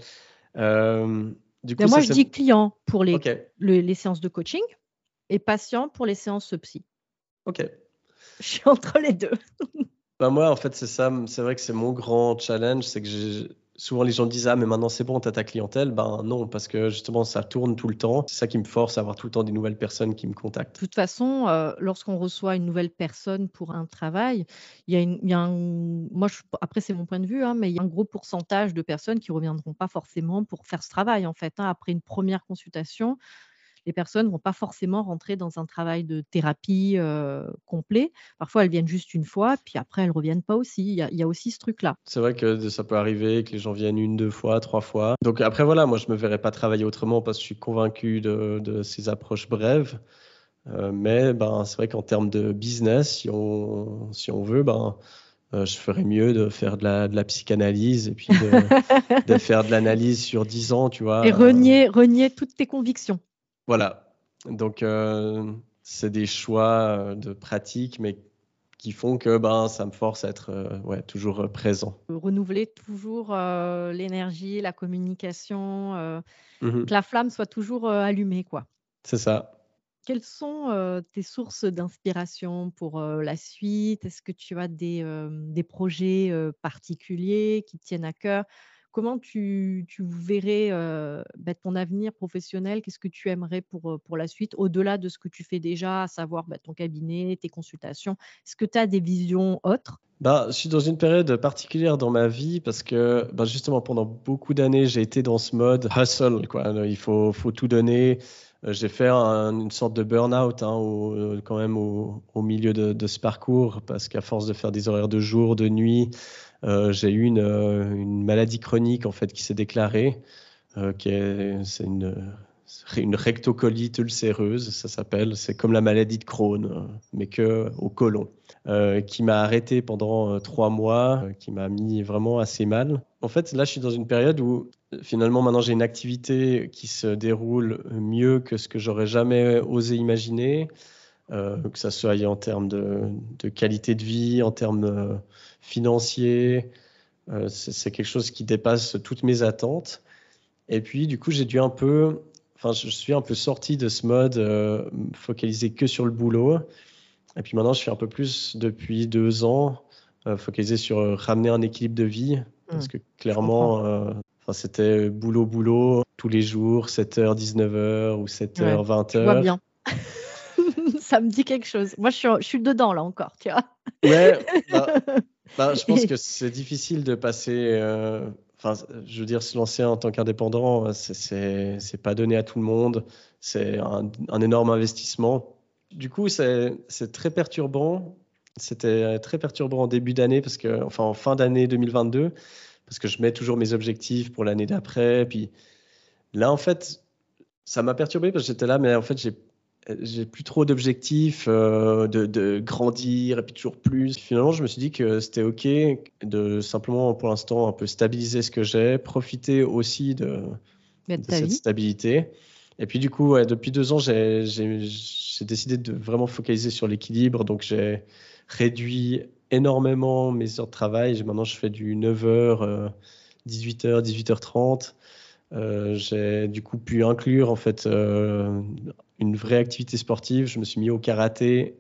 [SPEAKER 2] euh, du
[SPEAKER 3] Ben
[SPEAKER 2] coup,
[SPEAKER 3] moi,
[SPEAKER 2] ça
[SPEAKER 3] je
[SPEAKER 2] c'est.
[SPEAKER 3] dis client pour les,
[SPEAKER 2] Ok,
[SPEAKER 3] le- les séances de coaching et patient pour les séances psy.
[SPEAKER 2] ok.
[SPEAKER 3] Je suis entre les deux.
[SPEAKER 2] Bah moi, en fait, c'est ça. C'est vrai que c'est mon grand challenge. C'est que j'ai... souvent les gens disent, ah, mais maintenant c'est bon, t'as ta clientèle. Ben non, parce que justement, ça tourne tout le temps. C'est ça qui me force à avoir tout le temps des nouvelles personnes qui me contactent.
[SPEAKER 3] De toute façon, euh, lorsqu'on reçoit une nouvelle personne pour un travail, il y a, une, il y a un, moi, je, après c'est mon point de vue, hein, mais il y a un gros pourcentage de personnes qui reviendront pas forcément pour faire ce travail en fait, hein. Après une première consultation, les personnes ne vont pas forcément rentrer dans un travail de thérapie euh, complet. Parfois, elles viennent juste une fois, puis après, elles reviennent pas aussi. Il y a, il y a aussi ce truc-là.
[SPEAKER 2] C'est vrai que ça peut arriver que les gens viennent une, deux fois, trois fois. Donc après, voilà, moi, je me verrais pas travailler autrement parce que je suis convaincu de, de ces approches brèves. Euh, mais ben, c'est vrai qu'en termes de business, si on, si on veut, ben, euh, je ferais mieux de faire de la, de la psychanalyse et puis de, de faire de l'analyse sur dix ans, tu vois.
[SPEAKER 3] Et
[SPEAKER 2] euh,
[SPEAKER 3] renier, renier toutes tes convictions.
[SPEAKER 2] Voilà. Donc, euh, c'est des choix euh, de pratique, mais qui font que ben, ça me force à être euh, ouais, toujours euh, présent.
[SPEAKER 3] Renouveler toujours euh, l'énergie, la communication, euh, que
[SPEAKER 2] Mhm.
[SPEAKER 3] la flamme soit toujours euh, allumée, quoi.
[SPEAKER 2] C'est ça.
[SPEAKER 3] Quelles sont euh, tes sources d'inspiration pour euh, la suite? Est-ce que tu as des, euh, des projets euh, particuliers qui te tiennent à cœur? Comment tu, tu verrais euh, bah, ton avenir professionnel? Qu'est-ce que tu aimerais pour, euh, pour la suite, au-delà de ce que tu fais déjà, à savoir bah, ton cabinet, tes consultations? Est-ce que tu as des visions autres?
[SPEAKER 2] Bah, je suis dans une période particulière dans ma vie parce que bah, justement pendant beaucoup d'années j'ai été dans ce mode hustle, quoi. Il faut, faut tout donner. Euh, J'ai fait un- une sorte de burn-out hein, au- euh, quand même au, au milieu de, de ce parcours parce qu'à force de faire des horaires de jour, de nuit, euh, j'ai eu une, euh, une maladie chronique en fait qui s'est déclarée, euh, qui est, c'est une, une rectocolite ulcéreuse, ça s'appelle. C'est comme la maladie de Crohn, euh, mais que au côlon, euh, qui m'a arrêté pendant euh, trois mois, euh, qui m'a mis vraiment assez mal. En fait, là, je suis dans une période où euh, finalement maintenant j'ai une activité qui se déroule mieux que ce que j'aurais jamais osé imaginer, euh, que ça soit en termes de, de qualité de vie, en termes euh, financiers. Euh, c'est c'est quelque chose qui dépasse toutes mes attentes. Et puis, du coup, j'ai dû un peu, enfin, je suis un peu sorti de ce mode euh, focalisé que sur le boulot. Et puis maintenant, je suis un peu plus depuis deux ans euh, focalisé sur euh, ramener un équilibre de vie Parce
[SPEAKER 3] Mmh.
[SPEAKER 2] que
[SPEAKER 3] Je comprends.
[SPEAKER 2] clairement, euh, enfin, c'était boulot, boulot, tous les jours, sept heures, dix-neuf heures ou sept
[SPEAKER 3] Ouais,
[SPEAKER 2] heures, vingt
[SPEAKER 3] je vois
[SPEAKER 2] heures.
[SPEAKER 3] bien. Ça me dit quelque chose. Moi, je suis, je suis dedans là encore, tu vois.
[SPEAKER 2] Ouais, bah, bah, je pense
[SPEAKER 3] Et-
[SPEAKER 2] que c'est difficile de passer. euh, Enfin, je veux dire, se lancer en tant qu'indépendant, euh, c'est c'est c'est pas donné à tout le monde. C'est un, un énorme investissement. Du coup, c'est c'est très perturbant. C'était très perturbant en début d'année, parce que, enfin, en fin d'année deux mille vingt-deux, parce que je mets toujours mes objectifs pour l'année d'après. Puis là, en fait, ça m'a perturbé parce que j'étais là, mais en fait, j'ai j'ai plus trop d'objectifs euh, de, de grandir et puis toujours plus. Finalement, je me suis dit que c'était OK de simplement, pour l'instant, un peu stabiliser ce que j'ai, profiter aussi de,
[SPEAKER 3] Mais de
[SPEAKER 2] de
[SPEAKER 3] ta
[SPEAKER 2] cette
[SPEAKER 3] vie.
[SPEAKER 2] stabilité. Et puis, du coup, ouais, depuis deux ans, j'ai j'ai- j'ai décidé de vraiment focaliser sur l'équilibre. Donc, j'ai réduit énormément mes heures de travail. Maintenant, je fais du neuf heures, dix-huit heures, dix-huit heures trente. Euh, j'ai du coup pu inclure en fait euh, une vraie activité sportive. Je me suis mis au karaté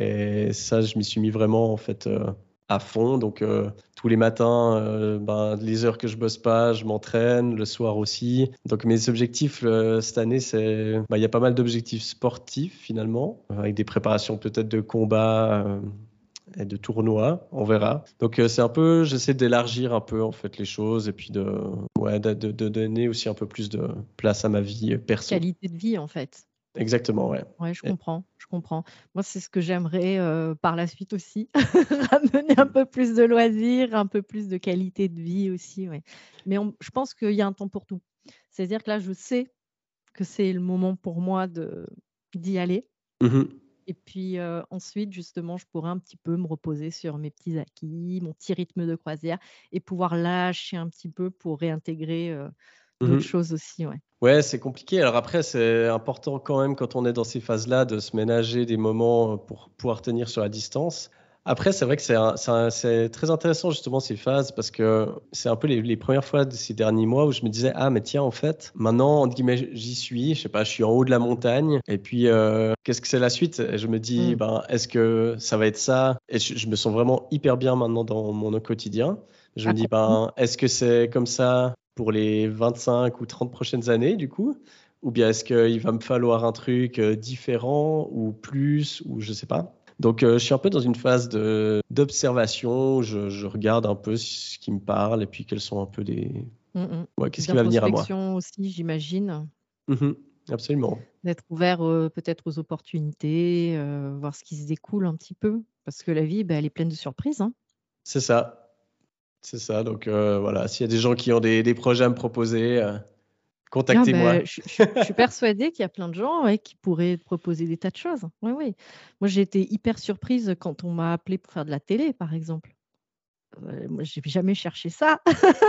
[SPEAKER 2] et ça, je m'y suis mis vraiment en fait euh, à fond. Donc euh, tous les matins, euh, ben, les heures que je bosse pas, je m'entraîne, le soir aussi. Donc mes objectifs euh, cette année, c'est, ben, il y a pas mal d'objectifs sportifs finalement, avec des préparations peut-être de combat. euh, et de tournois, on verra. Donc euh, c'est un peu, j'essaie d'élargir un peu en fait les choses et puis de, ouais, de, de- de donner aussi un peu plus de place à ma vie euh, perso.
[SPEAKER 3] Qualité de vie, en fait.
[SPEAKER 2] Exactement, ouais.
[SPEAKER 3] Ouais, je
[SPEAKER 2] Et-
[SPEAKER 3] comprends, je comprends. Moi, c'est ce que j'aimerais, heu, par la suite aussi, ramener un peu plus de loisirs, un peu plus de qualité de vie aussi, ouais. Mais on je pense qu'il y a un temps pour tout. C'est-à-dire que là, je sais que c'est le moment pour moi de d'y aller
[SPEAKER 2] Mhm.
[SPEAKER 3] et puis, heu, ensuite, justement, je pourrais un petit peu me reposer sur mes petits acquis, mon petit rythme de croisière et pouvoir lâcher un petit peu pour réintégrer, heu, d'autres
[SPEAKER 2] Mhm.
[SPEAKER 3] choses aussi, ouais.
[SPEAKER 2] Ouais, c'est compliqué. Alors après, c'est important quand même quand on est dans ces phases-là de se ménager des moments euh, pour pouvoir tenir sur la distance. Après, c'est vrai que c'est un- c'est un- c'est très intéressant justement ces phases parce que c'est un peu les, les premières fois de ces derniers mois où je me disais, ah mais tiens, en fait, maintenant, entre guillemets, j'y suis, je sais pas, je suis en haut de la montagne et puis euh, qu'est-ce que c'est la suite? Et je me dis,
[SPEAKER 3] Mmh.
[SPEAKER 2] ben, est-ce que ça va être ça? Et je, je me sens vraiment hyper bien maintenant dans mon quotidien. Je me
[SPEAKER 3] Ah
[SPEAKER 2] dis,
[SPEAKER 3] complètement.
[SPEAKER 2] ben, est-ce que c'est comme ça pour les vingt-cinq ou trente prochaines années, du coup? Ou bien est-ce qu'il va me falloir un truc euh, différent ou plus, ou je sais pas. Donc, euh, je suis un peu dans une phase de, d'observation. Je, je regarde un peu ce qui me parle et puis quels sont un peu des.
[SPEAKER 3] Mmh mh.
[SPEAKER 2] Ouais, qu'est-ce qui va venir à moi?
[SPEAKER 3] D'introspection aussi, j'imagine.
[SPEAKER 2] Mhm, absolument.
[SPEAKER 3] D'être ouvert, heu, peut-être aux opportunités, heu, voir ce qui se découle un petit peu. Parce que la vie, bah, elle est pleine de surprises, hein.
[SPEAKER 2] C'est ça. C'est ça. Donc, euh, voilà. S'il y a des gens qui ont des, des projets à me proposer, euh,
[SPEAKER 3] Ah beh,
[SPEAKER 2] contactez-moi.
[SPEAKER 3] je je je suis persuadée qu'il y a plein de gens, ouais, qui pourraient te proposer des tas de choses. Oui, oui. Moi, j'ai été hyper surprise quand on m'a appelée pour faire de la télé, par exemple. Heu, moi, j'ai jamais cherché ça.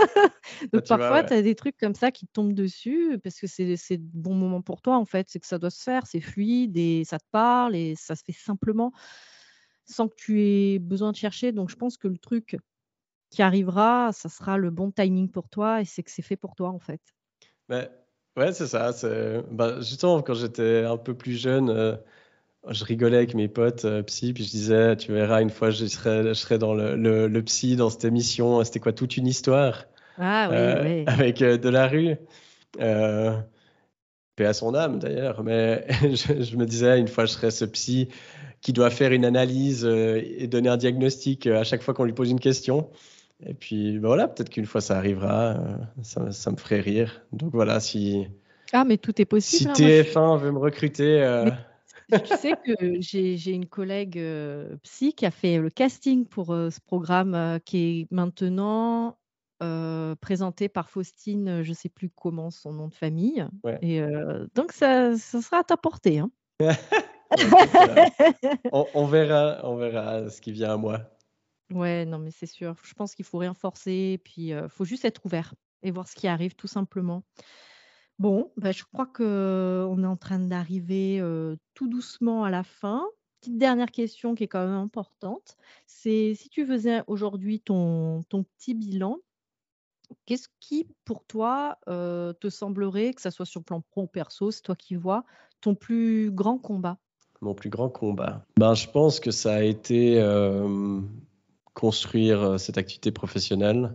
[SPEAKER 2] Ah,
[SPEAKER 3] Donc
[SPEAKER 2] tu vois,
[SPEAKER 3] parfois, tu
[SPEAKER 2] ouais.
[SPEAKER 3] as des trucs comme ça qui te tombent dessus parce que c'est c'est le bon moment pour toi, en fait. C'est que ça doit se faire, c'est fluide et ça te parle et ça se fait simplement, sans que tu aies besoin de chercher. Donc je pense que le truc qui arrivera, ça sera le bon timing pour toi et c'est que c'est fait pour toi, en fait.
[SPEAKER 2] Mais, ouais, c'est ça. C'est, bah, justement, quand j'étais un peu plus jeune, euh, je rigolais avec mes potes euh, psy, puis je disais, tu verras, une fois, je serai, je serai dans le, le, le psy, dans cette émission. C'était quoi, toute une histoire
[SPEAKER 3] Ah oui,
[SPEAKER 2] euh,
[SPEAKER 3] ouais.
[SPEAKER 2] avec euh, de la rue. Euh, paix à son âme, d'ailleurs. Mais je, je me disais, une fois, je serai ce psy qui doit faire une analyse euh, et donner un diagnostic euh, à chaque fois qu'on lui pose une question. Et puis, ben voilà, peut-être qu'une fois, ça arrivera. euh, ça, ça me ferait rire. Donc voilà, si,
[SPEAKER 3] Ah mais tout est possible,
[SPEAKER 2] si
[SPEAKER 3] hein. Moi, je suis
[SPEAKER 2] T F un veut me recruter.
[SPEAKER 3] mais
[SPEAKER 2] euh,
[SPEAKER 3] tu sais que j'ai j'ai une collègue, heu, psy qui a fait le casting pour, heu, ce programme, heu, qui est maintenant, heu, présenté par Faustine, heu, je sais plus comment son nom de famille
[SPEAKER 2] Ouais.
[SPEAKER 3] et heu, donc ça ça sera à ta portée, hein.
[SPEAKER 2] Bah, écoute, euh, on, on verra, on verra ce qui vient à moi.
[SPEAKER 3] Ouais, non, mais c'est sûr. Je pense qu'il faut rien forcer, puis, heu, faut juste être ouvert et voir ce qui arrive tout simplement. Bon, bah, je crois qu'on est en train d'arriver, heu, tout doucement à la fin. Petite dernière question qui est quand même importante, c'est si tu faisais aujourd'hui ton ton petit bilan, qu'est-ce qui pour toi, heu, te semblerait, que ça soit sur le plan pro ou perso, c'est toi qui vois, ton plus grand combat?
[SPEAKER 2] Mon plus grand combat. Ben, je pense que ça a été euh, construire euh, cette activité professionnelle.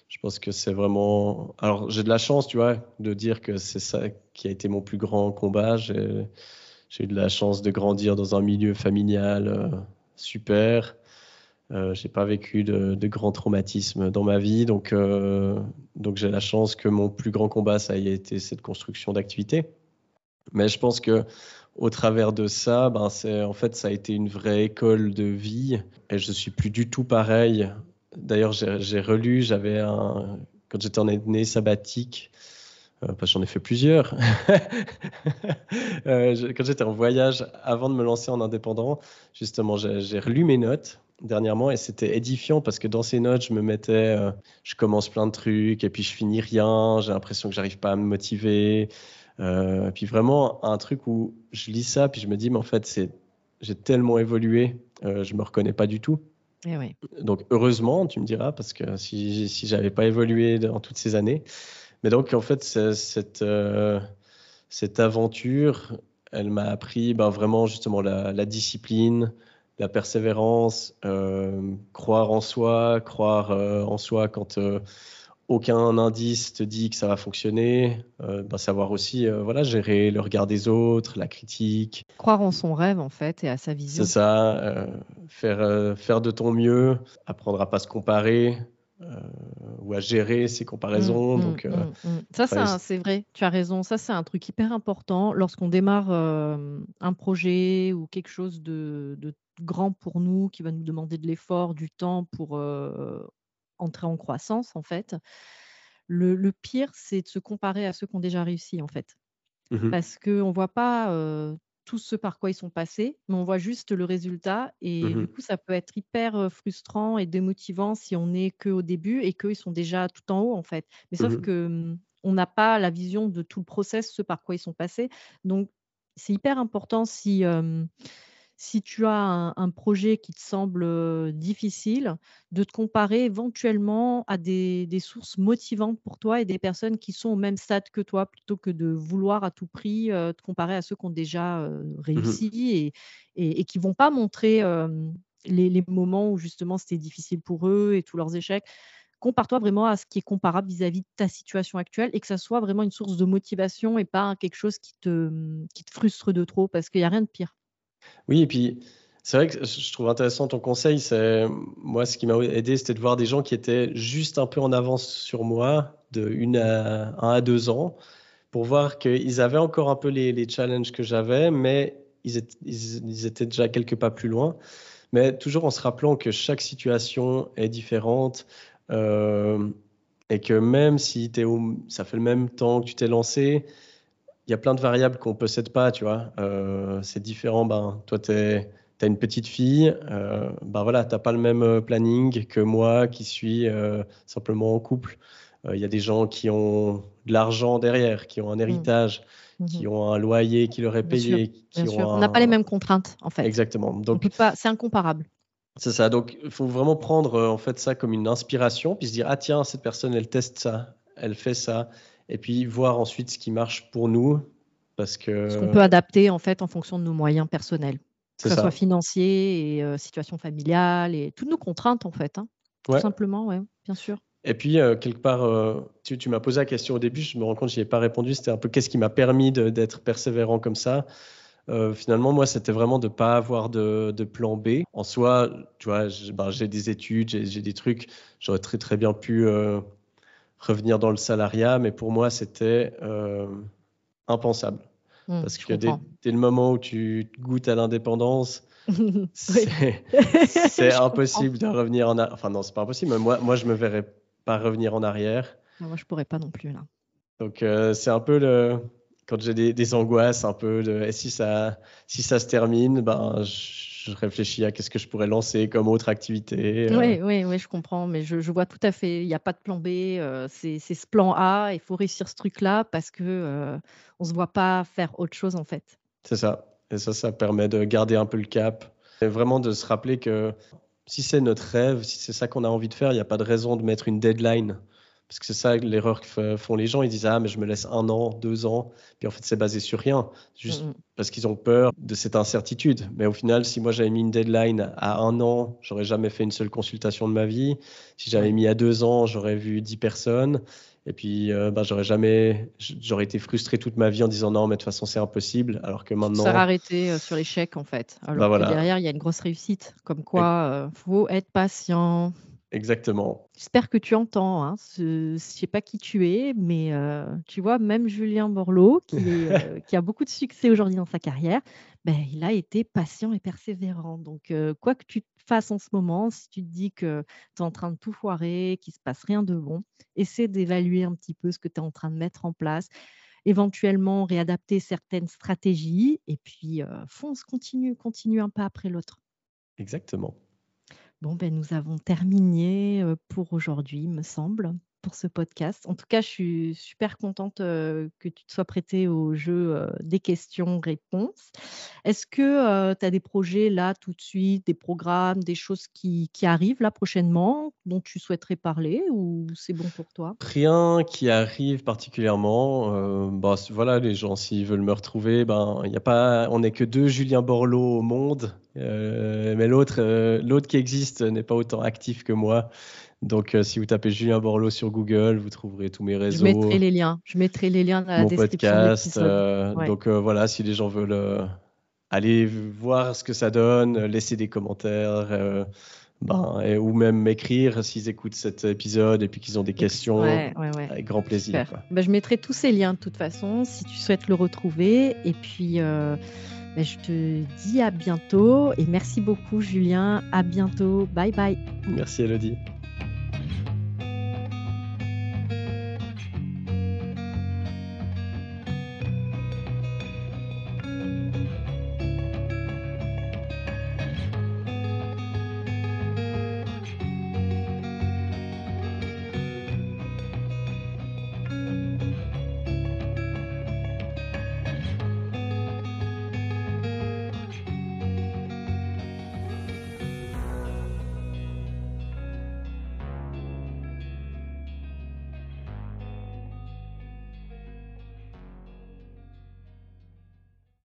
[SPEAKER 2] Je pense que c'est vraiment... Alors, j'ai de la chance, tu vois, de dire que c'est ça qui a été mon plus grand combat. J'ai, j'ai eu de la chance de grandir dans un milieu familial euh, super. Euh, j'ai pas vécu de, de grands traumatismes dans ma vie, donc, euh, donc j'ai la chance que mon plus grand combat, ça ait été cette construction d'activité. Mais je pense que au travers de ça, ben c'est, en fait, ça a été une vraie école de vie et je suis plus du tout pareil. D'ailleurs, j'ai, j'ai relu, j'avais un, quand j'étais en année sabbatique, euh, parce que j'en ai fait plusieurs, euh, je- quand j'étais en voyage, avant de me lancer en indépendant, justement, j'ai, j'ai relu mes notes dernièrement et c'était édifiant parce que dans ces notes, je me mettais, euh, je commence plein de trucs et puis je finis rien, j'ai l'impression que j'arrive pas à me motiver. Euh, puis vraiment un truc où je lis ça, puis je me dis, mais en fait, c'est, j'ai tellement évolué, euh, je me reconnais pas du tout.
[SPEAKER 3] Et oui.
[SPEAKER 2] Donc heureusement, tu me diras, parce que si, si j'avais pas évolué dans toutes ces années. Mais donc en fait, c'est- cette, euh, cette aventure, elle m'a appris ben, vraiment justement la, la discipline, la persévérance, euh, croire en soi, croire euh, en soi quand euh, aucun indice te dit que ça va fonctionner, euh, ben, savoir aussi euh, voilà, gérer le regard des autres, la critique,
[SPEAKER 3] Croire en son rêve, en fait, et à sa
[SPEAKER 2] c'est
[SPEAKER 3] vision.
[SPEAKER 2] ça, euh, faire, euh, faire de ton mieux, apprendre à pas se comparer euh, ou à gérer ses
[SPEAKER 3] Mmh,
[SPEAKER 2] comparaisons.
[SPEAKER 3] mmh,
[SPEAKER 2] Donc, euh,
[SPEAKER 3] mmh, mmh. Ça, c'est
[SPEAKER 2] enfin,
[SPEAKER 3] un c'est vrai, tu as raison. Ça, c'est un truc hyper important lorsqu'on démarre, hem, un projet ou quelque chose de de grand pour nous, qui va nous demander de l'effort, du temps pour, heu, entrer en croissance, en fait. Le le pire, c'est de se comparer à ceux qui ont déjà réussi, en fait.
[SPEAKER 2] mhm,
[SPEAKER 3] Parce qu'on voit pas, heu, tout ce par quoi ils sont passés, mais on voit juste le résultat et du
[SPEAKER 2] mhm,
[SPEAKER 3] coup, ça peut être hyper, heu, frustrant et démotivant si on est qu'au début et qu'eux, ils sont déjà tout en haut, en fait. Mais sauf
[SPEAKER 2] mhm.
[SPEAKER 3] que, mmh, on n'a pas la vision de tout le process, ce par quoi ils sont passés. Donc c'est hyper important si, hem si tu as un un projet qui te semble, heu, difficile, de te comparer éventuellement à des des sources motivantes pour toi et des personnes qui sont au même stade que toi, plutôt que de vouloir à tout prix, heu, te comparer à ceux qui ont déjà, heu,
[SPEAKER 2] Mhm.
[SPEAKER 3] réussi et et et qui vont pas montrer, hem, les les moments où justement c'était difficile pour eux et tous leurs échecs. Compare-toi vraiment à ce qui est comparable vis-à-vis de ta situation actuelle et que ça soit vraiment une source de motivation et pas quelque chose qui te, mmh, qui te frustre de trop parce qu'il y a rien de pire.
[SPEAKER 2] Oui, et puis c'est vrai que je trouve intéressant ton conseil. C'est moi, ce qui m'a aidé, c'était de voir des gens qui étaient juste un peu en avance sur moi, de une à un à deux ans, pour voir qu'ils avaient encore un peu les, les challenges que j'avais, mais ils étaient, ils, ils étaient déjà quelques pas plus loin. Mais toujours en se rappelant que chaque situation est différente euh, et que même si t'es au- ça fait le même temps que tu t'es lancé, il y a plein de variables qu'on ne possède pas, tu vois. Euh, c'est différent. Ben, toi, tu as une petite fille, euh, ben voilà, tu n'as pas le même euh, planning que moi qui suis euh, simplement en couple. Euh, Il y a des gens qui ont de l'argent derrière, qui ont un
[SPEAKER 3] Mmh.
[SPEAKER 2] héritage,
[SPEAKER 3] Mmh.
[SPEAKER 2] qui ont un loyer qui leur est
[SPEAKER 3] Bien sûr,
[SPEAKER 2] payé,
[SPEAKER 3] bien
[SPEAKER 2] qui ont
[SPEAKER 3] sûr. On n'a pas les
[SPEAKER 2] un...
[SPEAKER 3] mêmes contraintes, en fait.
[SPEAKER 2] Exactement.
[SPEAKER 3] On peut
[SPEAKER 2] Donc,
[SPEAKER 3] pas, c'est incomparable.
[SPEAKER 2] c'est ça. Donc, il faut vraiment prendre euh, en fait ça comme une inspiration, puis se dire, ah tiens, cette personne, elle teste ça, elle fait ça, et puis voir ensuite ce qui marche pour nous, parce
[SPEAKER 3] Ce qu'on
[SPEAKER 2] que
[SPEAKER 3] peut adapter, en fait, en fonction de nos moyens personnels, que
[SPEAKER 2] c'est
[SPEAKER 3] ça soit
[SPEAKER 2] ça.
[SPEAKER 3] financier et heu, situation familiale et toutes nos contraintes, en fait, hein. Tout
[SPEAKER 2] Ouais.
[SPEAKER 3] simplement, ouais, bien sûr.
[SPEAKER 2] Et puis, euh, quelque part, euh, tu, tu m'as posé la question au début, je me rends compte que je n'y ai pas répondu. C'était un peu qu'est-ce qui m'a permis de- d'être persévérant comme ça. Euh, finalement, moi, c'était vraiment de ne pas avoir de, de plan B. En soi, tu vois, j'ai ben, j'ai des études, j'ai j'ai des trucs. J'aurais très, très bien pu euh, revenir dans le salariat, mais pour moi, c'était euh, impensable.
[SPEAKER 3] Mmh,
[SPEAKER 2] Parce
[SPEAKER 3] je
[SPEAKER 2] que dès,
[SPEAKER 3] comprends.
[SPEAKER 2] dès le moment où tu goûtes à l'indépendance,
[SPEAKER 3] Oui.
[SPEAKER 2] c'est c'est
[SPEAKER 3] Je comprends.
[SPEAKER 2] impossible de revenir en arrière. Enfin, non, c'est pas impossible, mais moi, moi, je me verrais pas revenir en arrière.
[SPEAKER 3] Ah, moi, je pourrais pas non plus, là.
[SPEAKER 2] Donc, euh, c'est un peu le. Quand j'ai des, des angoisses, un peu de. Et si ça, si ça se termine, ben, je, je réfléchis à qu'est-ce que je pourrais lancer comme autre activité. euh.
[SPEAKER 3] Oui, oui, oui, je comprends, mais je je vois tout à fait. Il y a pas de plan B, heu, c'est c'est ce plan A, il faut réussir ce truc-là parce que, heu, on se voit pas faire autre chose, en fait.
[SPEAKER 2] C'est ça. Et ça, ça permet de garder un peu le cap. Et vraiment de se rappeler que si c'est notre rêve, si c'est ça qu'on a envie de faire, il n'y a pas de raison de mettre une deadline. Parce que c'est ça l'erreur que f- font les gens. Ils disent, ah, mais je me laisse un an, deux ans. Puis en fait, c'est basé sur rien. Juste
[SPEAKER 3] Mm, mm.
[SPEAKER 2] parce qu'ils ont peur de cette incertitude. Mais au final, si moi j'avais mis une deadline à un an, j'aurais jamais fait une seule consultation de ma vie. Si j'avais
[SPEAKER 3] Ouais.
[SPEAKER 2] mis à deux ans, j'aurais vu dix personnes. Et puis, euh, ben, j'aurais jamais, j'aurais été frustré toute ma vie en disant non, mais de toute façon, c'est impossible. Alors que
[SPEAKER 3] Tu te serais
[SPEAKER 2] maintenant,
[SPEAKER 3] arrêté euh, sur l'échec, en fait.
[SPEAKER 2] bah
[SPEAKER 3] Alors que
[SPEAKER 2] voilà,
[SPEAKER 3] derrière, il y a une grosse réussite. Comme
[SPEAKER 2] e-
[SPEAKER 3] quoi, euh, faut être patient.
[SPEAKER 2] exactement.
[SPEAKER 3] J'espère que tu entends. Hein, ce- je sais pas qui tu es, mais euh, tu vois, même Julien Borloo, qui, est, euh, qui a beaucoup de succès aujourd'hui dans sa carrière, ben, il a été patient et persévérant. Donc, euh, quoi que tu fasses en ce moment, si tu te dis que tu es en train de tout foirer, qu'il ne se passe rien de bon, essaie d'évaluer un petit peu ce que tu es en train de mettre en place, éventuellement réadapter certaines stratégies, et puis euh, fonce, continue, continue un pas après l'autre.
[SPEAKER 2] Exactement.
[SPEAKER 3] Bon, ben, nous avons terminé euh, pour aujourd'hui, me semble, pour ce podcast. En tout cas, je suis super contente euh, que tu te sois prêté au jeu euh, des questions-réponses. Est-ce que tu as des projets là tout de suite, des programmes, des choses qui, qui arrivent là prochainement dont tu souhaiterais parler ou c'est bon pour toi?
[SPEAKER 2] Rien qui arrive particulièrement. Euh, bah, c- voilà, les gens, s'ils veulent me retrouver, ben, il y a pas, on n'est que deux Julien Borloo au monde. Euh, mais l'autre, euh, l'autre qui existe n'est pas autant actif que moi. Donc, euh, si vous tapez Julien Borloo sur Google, vous trouverez tous mes
[SPEAKER 3] Je mettrai
[SPEAKER 2] réseaux,
[SPEAKER 3] les liens. Je mettrai les liens dans la
[SPEAKER 2] mon
[SPEAKER 3] description de
[SPEAKER 2] podcast.
[SPEAKER 3] l'épisode.
[SPEAKER 2] euh,
[SPEAKER 3] Ouais.
[SPEAKER 2] donc, euh, voilà, si les gens veulent euh, aller voir ce que ça donne, euh, laisser des commentaires, euh, ben, et- ou même m'écrire s'ils écoutent cet épisode et puis qu'ils ont des
[SPEAKER 3] Ex-
[SPEAKER 2] questions,
[SPEAKER 3] Ouais, ouais, ouais.
[SPEAKER 2] avec grand plaisir,
[SPEAKER 3] Super.
[SPEAKER 2] quoi.
[SPEAKER 3] Ben, je mettrai tous ces liens de toute façon si tu souhaites le retrouver. Et puis, euh, ben, je te dis à bientôt. Et merci beaucoup, Julien. À bientôt. Bye bye.
[SPEAKER 2] Merci, Elodie.